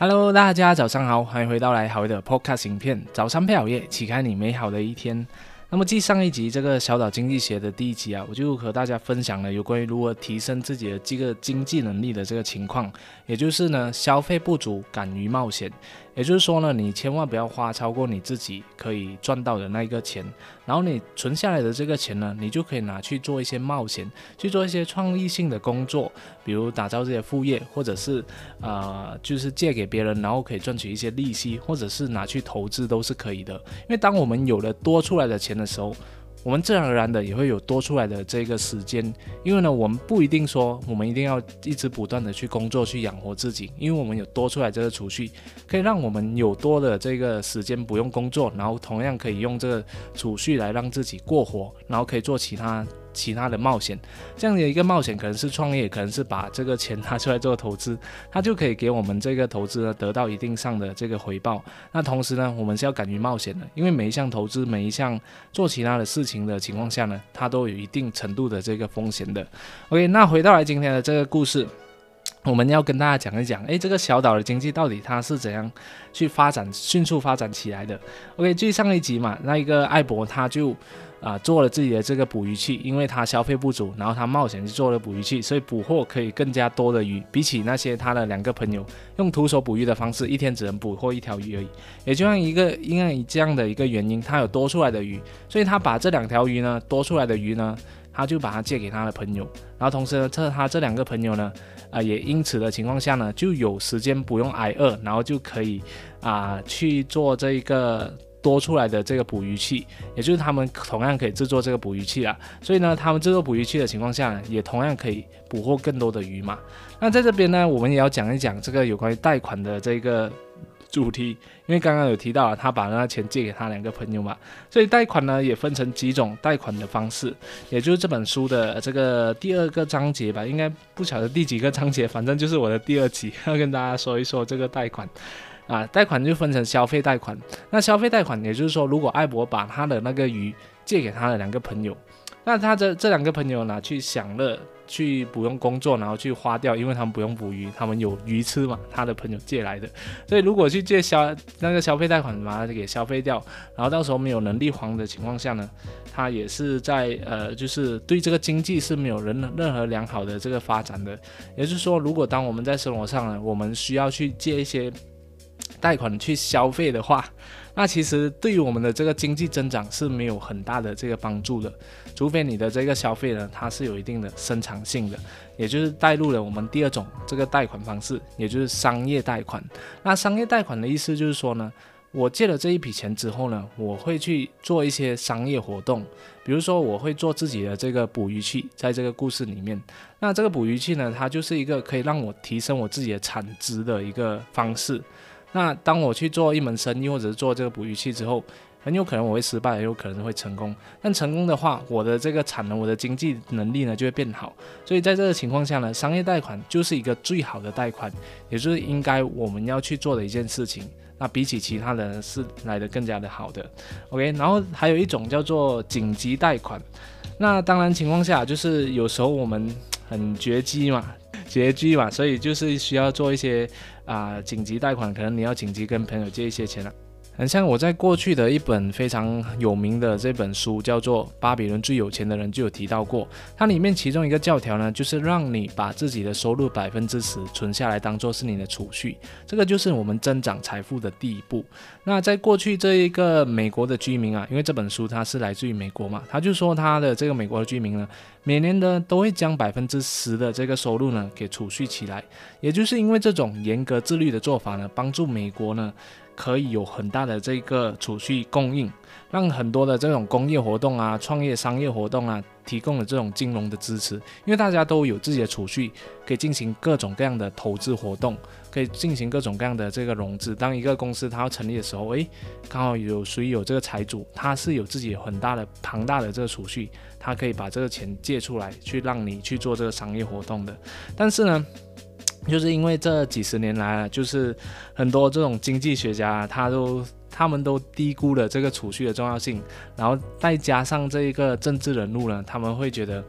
Hello， 大家早上好，欢迎回到来好的 Podcast 影片，早餐配好夜，启开你美好的一天。那么继上一集这个小岛经济学的第一集啊，我就和大家分享了有关于如何提升自己的这个经济能力的这个情况，也就是呢，消费不足，敢于冒险。也就是说呢，你千万不要花超过你自己可以赚到的那一个钱，然后你存下来的这个钱呢，你就可以拿去做一些冒险，去做一些创意性的工作，比如打造这些副业，或者是就是借给别人，然后可以赚取一些利息，或者是拿去投资都是可以的。因为当我们有了多出来的钱的时候，我们自然而然的也会有多出来的这个时间，因为呢，我们不一定说我们一定要一直不断的去工作去养活自己，因为我们有多出来这个储蓄，可以让我们有多的这个时间不用工作，然后同样可以用这个储蓄来让自己过活，然后可以做其他的冒险。这样的一个冒险可能是创业，可能是把这个钱拿出来做投资，它就可以给我们这个投资呢得到一定上的这个回报。那同时呢，我们是要敢于冒险的，因为每一项投资，每一项做其他的事情的情况下呢，它都有一定程度的这个风险的。OK， 那回到来今天的这个故事，我们要跟大家讲一讲，这个小岛的经济到底它是怎样去迅速发展起来的。OK， 据上一集嘛，那一个艾博他就做了自己的这个捕鱼器，因为他消费不足，然后他冒险去做了捕鱼器，所以捕获可以更加多的鱼，比起那些他的两个朋友用徒手捕鱼的方式，一天只能捕获一条鱼而已。也就像因为这样的一个原因，他有多出来的鱼，所以他把这两条鱼呢，多出来的鱼呢，他就把它借给他的朋友，然后同时呢，他这两个朋友呢，也因此的情况下呢，就有时间不用挨饿，然后就可以去做这个多出来的这个捕鱼器，也就是他们同样可以制作这个捕鱼器啦。所以呢，他们制作捕鱼器的情况下呢，也同样可以捕获更多的鱼嘛。那在这边呢，我们也要讲一讲这个有关于贷款的这个主题，因为刚刚有提到他把那钱借给他两个朋友嘛，所以贷款呢也分成几种贷款的方式，也就是这本书的这个第二个章节吧，应该不晓得第几个章节，反正就是我的第二集要跟大家说一说这个贷款。贷款就分成消费贷款。那消费贷款也就是说，如果艾博把他的那个鱼借给他的两个朋友，那他这两个朋友拿去享乐，去不用工作，然后去花掉，因为他们不用捕鱼，他们有鱼吃嘛，他的朋友借来的。所以如果去借那个消费贷款把它给消费掉，然后到时候没有能力还的情况下呢，他也是在就是对这个经济是没有任何良好的这个发展的。也就是说，如果当我们在生活上呢，我们需要去借一些贷款去消费的话，那其实对于我们的这个经济增长是没有很大的这个帮助的，除非你的这个消费呢，它是有一定的生产性的，也就是带入了我们第二种这个贷款方式，也就是商业贷款。那商业贷款的意思就是说呢，我借了这一笔钱之后呢，我会去做一些商业活动，比如说我会做自己的这个捕鱼器，在这个故事里面，那这个捕鱼器呢，它就是一个可以让我提升我自己的产值的一个方式。那当我去做一门生意或者是做这个捕鱼器之后，很有可能我会失败，也有可能会成功。但成功的话，我的这个产能，我的经济能力呢就会变好。所以在这个情况下呢，商业贷款就是一个最好的贷款，也就是应该我们要去做的一件事情。那比起其他的是来得更加的好的。OK， 然后还有一种叫做紧急贷款。那当然情况下就是有时候我们很拮据嘛，所以就是需要做一些紧急贷款，可能你要紧急跟朋友借一些钱了。很像我在过去的一本非常有名的这本书叫做《巴比伦最有钱的人》就有提到过，它里面其中一个教条呢，就是让你把自己的收入10%存下来当做是你的储蓄，这个就是我们增长财富的第一步。那在过去这一个美国的居民因为这本书它是来自于美国嘛，他就说他的这个美国的居民呢，每年呢都会将10%的这个收入呢给储蓄起来，也就是因为这种严格自律的做法呢，帮助美国呢可以有很大的这个储蓄供应，让很多的这种工业活动创业商业活动提供了这种金融的支持，因为大家都有自己的储蓄，可以进行各种各样的投资活动，可以进行各种各样的这个融资。当一个公司它要成立的时候，刚好有谁有这个财主，他是有自己很大的庞大的这个储蓄，他可以把这个钱借出来，去让你去做这个商业活动的。但是呢，就是因为这几十年来就是很多这种经济学家他们都低估了这个储蓄的重要性，然后再加上这一个政治人物呢，他们会觉得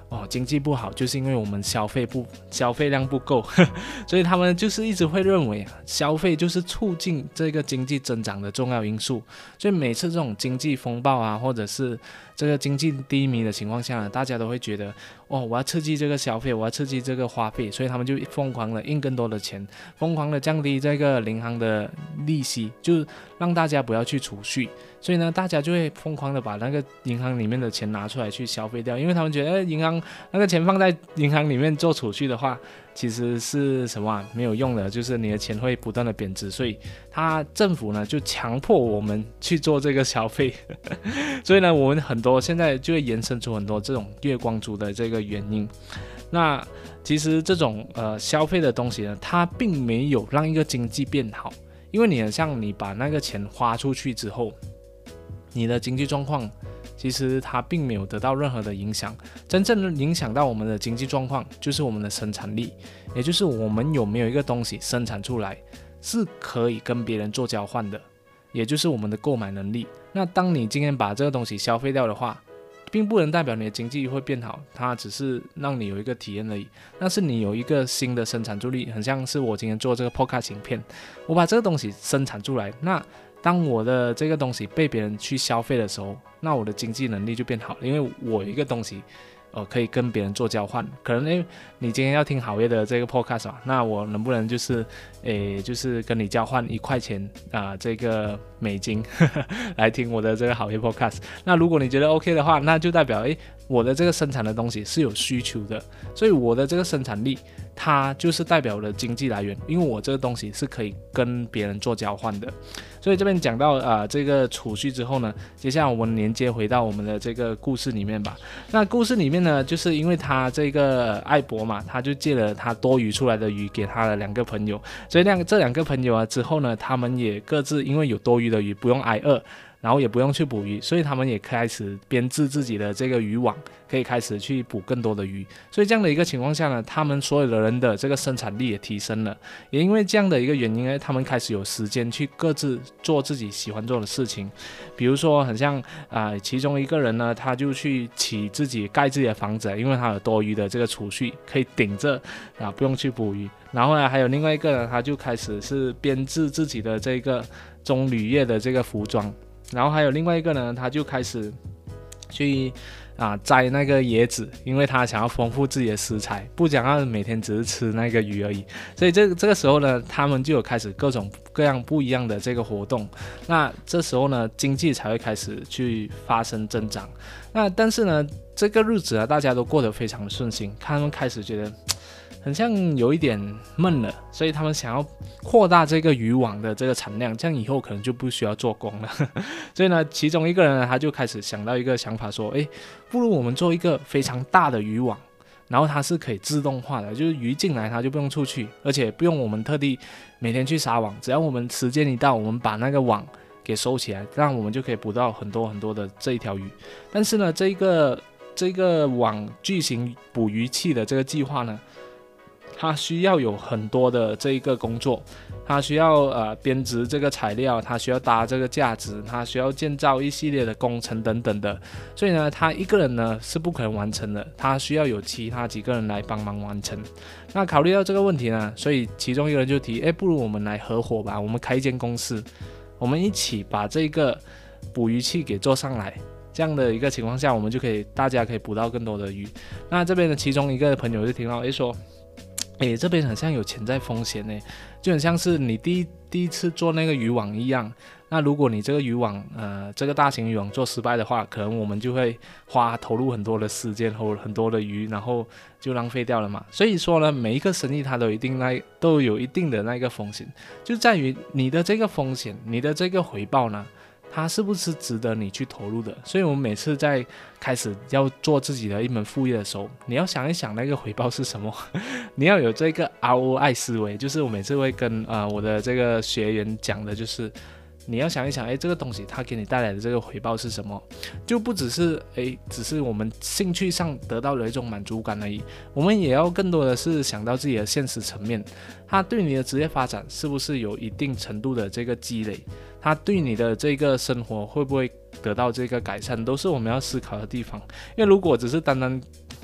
经济不好，就是因为我们消费量不够，所以他们就是一直会认为消费就是促进这个经济增长的重要因素。所以每次这种经济风暴啊，或者是这个经济低迷的情况下呢，大家都会觉得我要刺激这个消费，我要刺激这个花费，所以他们就疯狂的印更多的钱，疯狂的降低这个银行的利息，就让大家不要去储蓄。所以呢，大家就会疯狂的把那个银行里面的钱拿出来去消费掉，因为他们觉得银行那个钱放在银行里面做储蓄的话，其实是什么没有用的，就是你的钱会不断的贬值，所以政府呢就强迫我们去做这个消费，所以呢，我们很多现在就会延伸出很多这种月光族的这个原因。那其实这种消费的东西呢，它并没有让一个经济变好，因为你把那个钱花出去之后，你的经济状况其实它并没有得到任何的影响，真正影响到我们的经济状况就是我们的生产力，也就是我们有没有一个东西生产出来是可以跟别人做交换的，也就是我们的购买能力。那当你今天把这个东西消费掉的话，并不能代表你的经济会变好，它只是让你有一个体验而已。但是你有一个新的生产助力，很像是我今天做这个 podcast 影片，我把这个东西生产出来，那当我的这个东西被别人去消费的时候，那我的经济能力就变好了，因为我有一个东西可以跟别人做交换。可能你今天要听好业的这个 podcast 那我能不能就是跟你交换1块钱这个美金来听我的这个好业 podcast？ 那如果你觉得 OK 的话，那就代表我的这个生产的东西是有需求的，所以我的这个生产力它就是代表我的经济来源，因为我这个东西是可以跟别人做交换的。所以这边讲到这个储蓄之后呢，接下来我们连接回到我们的这个故事里面吧。那故事里面呢，就是因为他这个艾博嘛，他就借了他多余出来的鱼给他的2个朋友，所以这两个朋友之后呢，他们也各自因为有多余的鱼，不用挨饿，然后也不用去捕鱼，所以他们也开始编制自己的这个渔网，可以开始去捕更多的鱼。所以这样的一个情况下呢，他们所有的人的这个生产力也提升了，也因为这样的一个原因呢，他们开始有时间去各自做自己喜欢做的事情。比如说很像其中一个人呢，他就去盖自己的房子，因为他有多余的这个储蓄可以顶着不用去捕鱼。然后呢，还有另外一个呢，他就开始是编制自己的这个棕榈叶的这个服装。然后还有另外一个呢，他就开始去摘那个椰子，因为他想要丰富自己的食材，不想要每天只是吃那个鱼而已。所以这个时候呢，他们就有开始各种各样不一样的这个活动。那这时候呢，经济才会开始去发生增长。那但是呢，这个日子大家都过得非常的顺心，他们开始觉得很像有一点闷了，所以他们想要扩大这个渔网的这个产量，这样以后可能就不需要做工了。所以呢，其中一个人呢，他就开始想到一个想法说，不如我们做一个非常大的渔网，然后它是可以自动化的，就是鱼进来它就不用出去，而且不用我们特地每天去撒网，只要我们时间一到，我们把那个网给收起来，这样我们就可以捕到很多很多的这一条鱼。但是呢，这个网巨型捕鱼器的这个计划呢，它需要有很多的这一个工作，它需要编织这个材料，它需要搭这个架子，它需要建造一系列的工程等等的，所以呢，他一个人呢是不可能完成的，他需要有其他几个人来帮忙完成。那考虑到这个问题呢，所以其中一个人就提，不如我们来合伙吧，我们开一间公司，我们一起把这个捕鱼器给做上来。这样的一个情况下，我们就大家可以捕到更多的鱼。那这边的其中一个朋友就听到说，这边很像有潜在风险呢，就很像是你第一次做那个渔网一样。那如果你这个渔网这个大型渔网做失败的话，可能我们就会投入很多的时间和很多的鱼，然后就浪费掉了嘛。所以说呢，每一个生意它都有一定的那个风险，就在于你的这个风险，你的这个回报呢，它是不是值得你去投入的。所以我们每次在开始要做自己的一门副业的时候，你要想一想那个回报是什么你要有这个 ROI 思维，就是我每次会跟我的这个学员讲的，就是你要想一想，这个东西它给你带来的这个回报是什么，就不只是只是我们兴趣上得到的一种满足感而已，我们也要更多的是想到自己的现实层面，它对你的职业发展是不是有一定程度的这个积累，它对你的这个生活会不会得到这个改善，都是我们要思考的地方。因为如果只是单单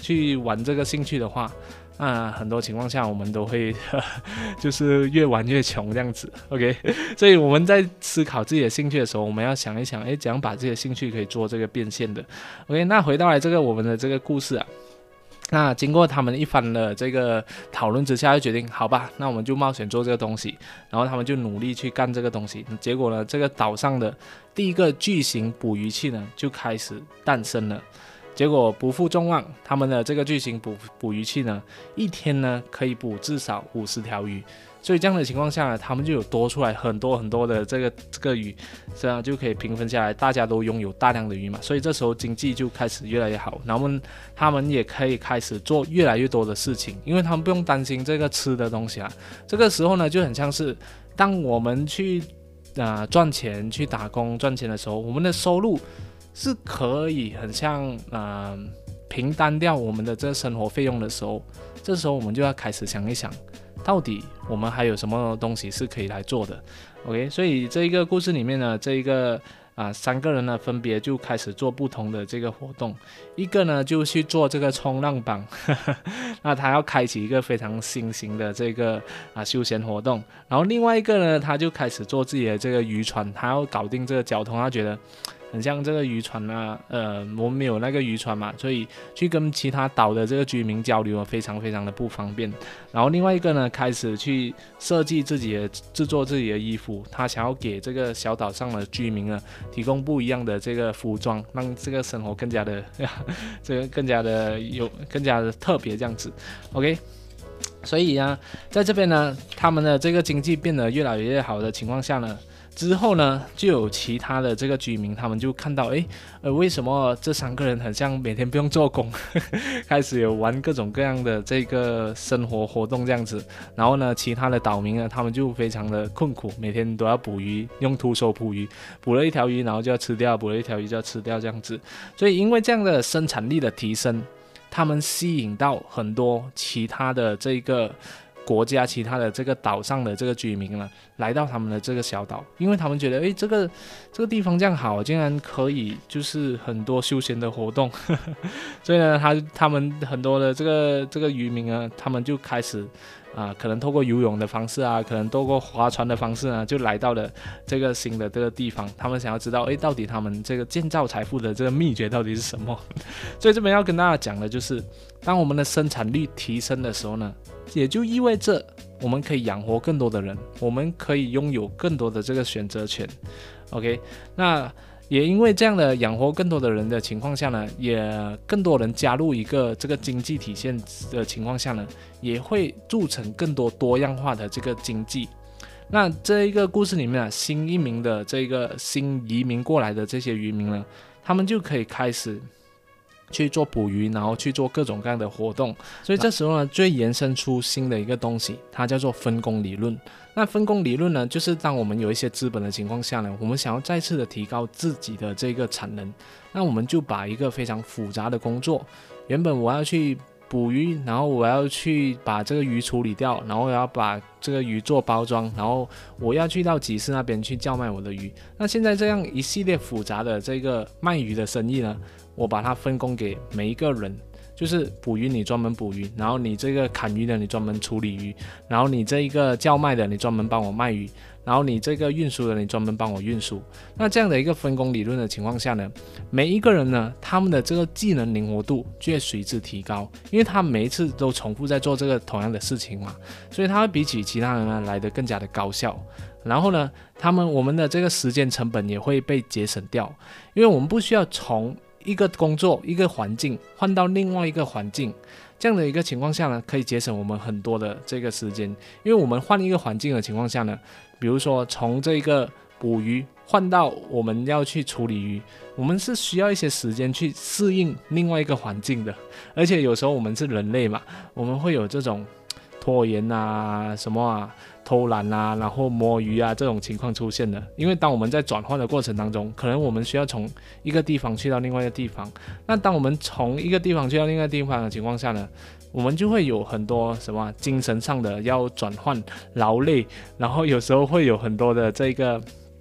去玩这个兴趣的话，很多情况下我们都会就是越玩越穷这样子 ，OK， 所以我们在思考自己的兴趣的时候，我们要想一想，怎样把自己的兴趣可以做这个变现的 ，OK， 那回到来我们的这个故事啊。那经过他们一番的这个讨论之下，就决定好吧，那我们就冒险做这个东西，然后他们就努力去干这个东西。结果呢，这个岛上的第一个巨型捕鱼器呢就开始诞生了。结果不负众望，他们的这个巨型捕鱼器呢，一天呢可以捕至少50条鱼。所以这样的情况下呢，他们就有多出来很多很多的这个鱼，这样就可以平分下来，大家都拥有大量的鱼嘛，所以这时候经济就开始越来越好，然后他们也可以开始做越来越多的事情，因为他们不用担心这个吃的东西啊。这个时候呢，就很像是当我们去赚钱去打工赚钱的时候，我们的收入是可以很像平摊掉我们的这个生活费用的时候，这时候我们就要开始想一想，到底我们还有什么东西是可以来做的 ，OK？ 所以这一个故事里面呢，这一个3个人呢分别就开始做不同的这个活动，一个呢就去做这个冲浪板，那他要开启一个非常新型的这个休闲活动，然后另外一个呢他就开始做自己的这个渔船，他要搞定这个交通，他觉得很像这个渔船我们没有那个渔船嘛，所以去跟其他岛的这个居民交流非常非常的不方便。然后另外一个呢，开始去制作自己的衣服，他想要给这个小岛上的居民呢提供不一样的这个服装，让这个生活更加的更加的特别这样子 ，OK。所以呢，在这边呢，他们的这个经济变得越来越好的情况下呢，之后呢，就有其他的这个居民，他们就看到，为什么这3个人很像每天不用做工，开始有玩各种各样的这个生活活动这样子。然后呢，其他的岛民呢，他们就非常的困苦，每天都要捕鱼，用徒手捕鱼，捕了一条鱼，然后就要吃掉，捕了一条鱼就要吃掉这样子。所以因为这样的生产力的提升，他们吸引到很多其他的这个国家、其他的这个岛上的这个居民呢，来到他们的这个小岛，因为他们觉得，这个地方这样好，竟然可以就是很多休闲的活动，所以呢，他们很多的这个渔民呢，他们就开始可能透过游泳的方式可能透过划船的方式呢，就来到了这个新的这个地方。他们想要知道，到底他们这个建造财富的这个秘诀到底是什么？所以这边要跟大家讲的就是，当我们的生产率提升的时候呢，也就意味着我们可以养活更多的人，我们可以拥有更多的这个选择权。OK， 那也因为这样的养活更多的人的情况下呢，也更多人加入一个这个经济体现的情况下呢，也会铸成更多多样化的这个经济。那这一个故事里面新移民过来的这些渔民呢，他们就可以开始去做捕鱼，然后去做各种各样的活动。所以这时候呢，就会延伸出新的一个东西，它叫做分工理论。那分工理论呢，就是当我们有一些资本的情况下呢，我们想要再次的提高自己的这个产能，那我们就把一个非常复杂的工作，原本我要去捕鱼，然后我要去把这个鱼处理掉，然后我要把这个鱼做包装，然后我要去到集市那边去叫卖我的鱼。那现在这样一系列复杂的这个卖鱼的生意呢，我把它分工给每一个人，就是捕鱼你专门捕鱼，然后你这个砍鱼的你专门处理鱼，然后你这一个叫卖的你专门帮我卖鱼，然后你这个运输的你专门帮我运输。那这样的一个分工理论的情况下呢，每一个人呢，他们的这个技能灵活度就会随之提高，因为他每一次都重复在做这个同样的事情嘛，所以他会比起其他人呢来得更加的高效。然后呢，我们的这个时间成本也会被节省掉，因为我们不需要从一个工作一个环境换到另外一个环境，这样的一个情况下呢，可以节省我们很多的这个时间。因为我们换一个环境的情况下呢，比如说从这个捕鱼换到我们要去处理鱼，我们是需要一些时间去适应另外一个环境的。而且有时候我们是人类嘛，我们会有这种拖延什么偷懒然后摸鱼这种情况出现的。因为当我们在转换的过程当中，可能我们需要从一个地方去到另外一个地方，那当我们从一个地方去到另外一个地方的情况下呢，我们就会有很多精神上的要转换劳累，然后有时候会有很多的这个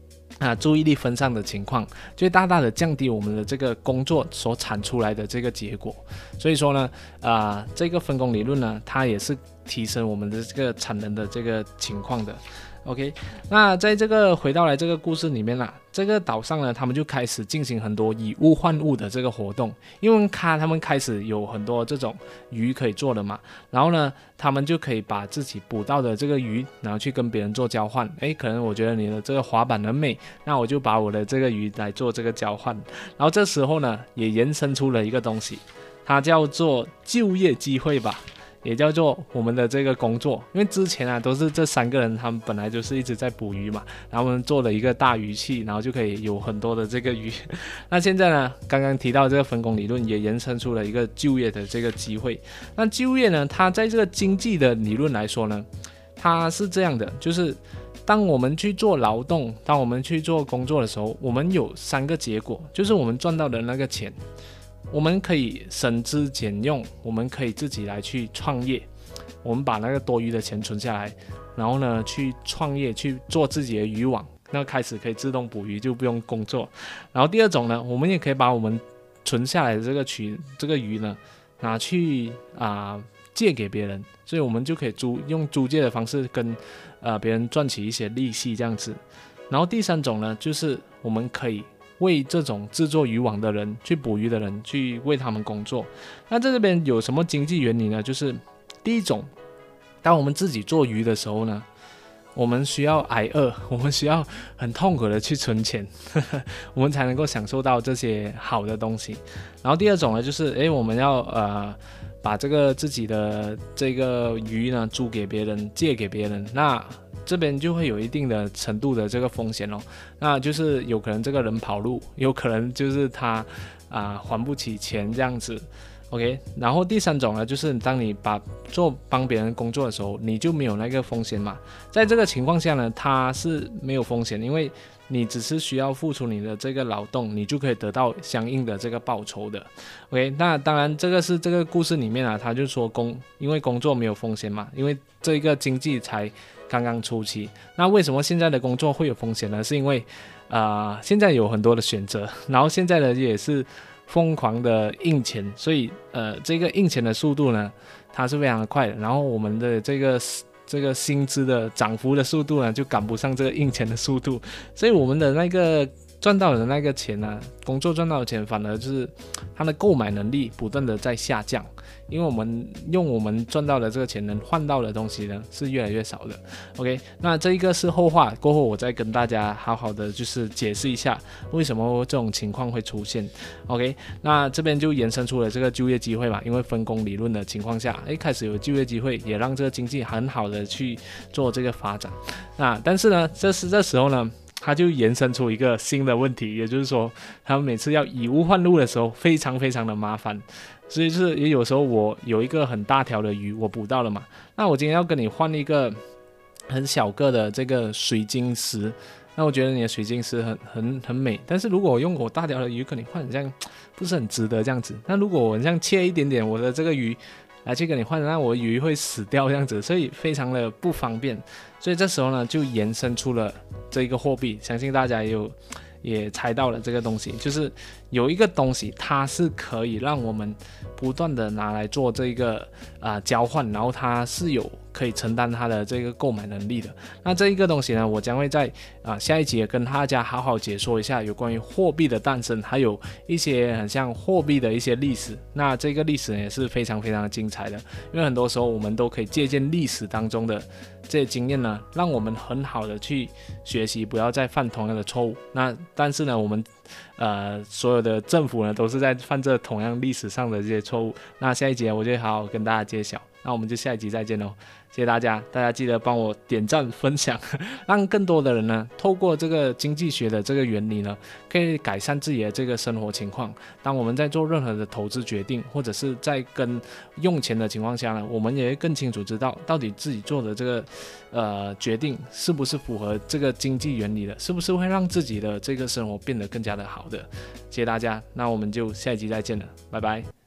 注意力分散的情况，就会大大的降低我们的这个工作所产出来的这个结果。所以说呢，这个分工理论呢，它也是提升我们的这个产能的这个情况的。OK， 那在这个回到来这个故事里面啦，这个岛上呢，他们就开始进行很多以物换物的这个活动，因为他们开始有很多这种鱼可以做的嘛，然后呢，他们就可以把自己捕到的这个鱼，然后去跟别人做交换。可能我觉得你的这个滑板很美，那我就把我的这个鱼来做这个交换。然后这时候呢，也延伸出了一个东西，它叫做就业机会吧。也叫做我们的这个工作，因为之前都是这3个人，他们本来就是一直在捕鱼嘛，然后我们做了一个大鱼器，然后就可以有很多的这个鱼。那现在呢，刚刚提到这个分工理论也延伸出了一个就业的这个机会。那就业呢，它在这个经济的理论来说呢，它是这样的，就是当我们去做劳动，当我们去做工作的时候，我们有3个结果，就是我们赚到的那个钱。我们可以省吃俭用，我们可以自己来去创业，我们把那个多余的钱存下来，然后呢去创业，去做自己的渔网，那开始可以自动捕鱼，就不用工作。然后第二种呢，我们也可以把我们存下来的这个鱼呢拿去借给别人，所以我们就可以用租借的方式跟别人赚取一些利息这样子。然后第3种呢，就是我们可以为这种制作渔网的人，去捕鱼的人，去为他们工作。那在这边有什么经济原理呢？就是第一种，当我们自己做鱼的时候呢，我们需要挨饿，我们需要很痛苦的去存钱，我们才能够享受到这些好的东西。然后第2种呢，就是我们要把这个自己的这个鱼呢租给别人，借给别人，那这边就会有一定的程度的这个风险咯，那就是有可能这个人跑路，有可能就是他还不起钱这样子。OK， 然后第3种呢，就是当你帮别人工作的时候，你就没有那个风险嘛。在这个情况下呢，它是没有风险，因为你只是需要付出你的这个劳动，你就可以得到相应的这个报酬的。OK， 那当然这个是这个故事里面他就说因为工作没有风险嘛，因为这个经济才刚刚初期。那为什么现在的工作会有风险呢？是因为现在有很多的选择，然后现在的也是疯狂的印钱，所以这个印钱的速度呢，它是非常的快的。然后我们的这个薪资的涨幅的速度呢，就赶不上这个印钱的速度，所以我们的那个赚到的那个钱呢，工作赚到的钱，反而就是它的购买能力不断的在下降，因为我们用我们赚到的这个钱能换到的东西呢，是越来越少的。OK， 那这一个是后话，过后我再跟大家好好的就是解释一下为什么这种情况会出现。OK， 那这边就延伸出了这个就业机会嘛，因为分工理论的情况下，开始有就业机会，也让这个经济很好的去做这个发展。那但是呢，这时候呢，它就延伸出一个新的问题，也就是说，他们每次要以物换物的时候，非常非常的麻烦。所以就是也有时候我有一个很大条的鱼，我捕到了嘛，那我今天要跟你换一个很小个的这个水晶石，那我觉得你的水晶石很美，但是如果我用我大条的鱼跟你换，这样不是很值得这样子。那如果我这样切一点点我的这个鱼来去跟你换，那我的鱼会死掉这样子，所以非常的不方便。所以这时候呢，就延伸出了这个货币，相信大家也猜到了这个东西，就是有一个东西，它是可以让我们不断的拿来做这个交换，然后它是有可以承担它的这个购买能力的。那这一个东西呢，我将会在下一集跟大家好好解说一下有关于货币的诞生，还有一些很像货币的一些历史。那这个历史呢也是非常非常的精彩的，因为很多时候我们都可以借鉴历史当中的这些经验呢，让我们很好的去学习，不要再犯同样的错误。那但是呢，我们所有的政府呢都是在犯这同样历史上的这些错误。那下一集我就好好跟大家揭晓。那我们就下一集再见喽，谢谢大家，大家记得帮我点赞分享，让更多的人呢透过这个经济学的这个原理呢，可以改善自己的这个生活情况。当我们在做任何的投资决定，或者是在用钱的情况下呢，我们也会更清楚知道到底自己做的这个决定是不是符合这个经济原理的，是不是会让自己的这个生活变得更加的好的。谢谢大家，那我们就下一集再见了，拜拜。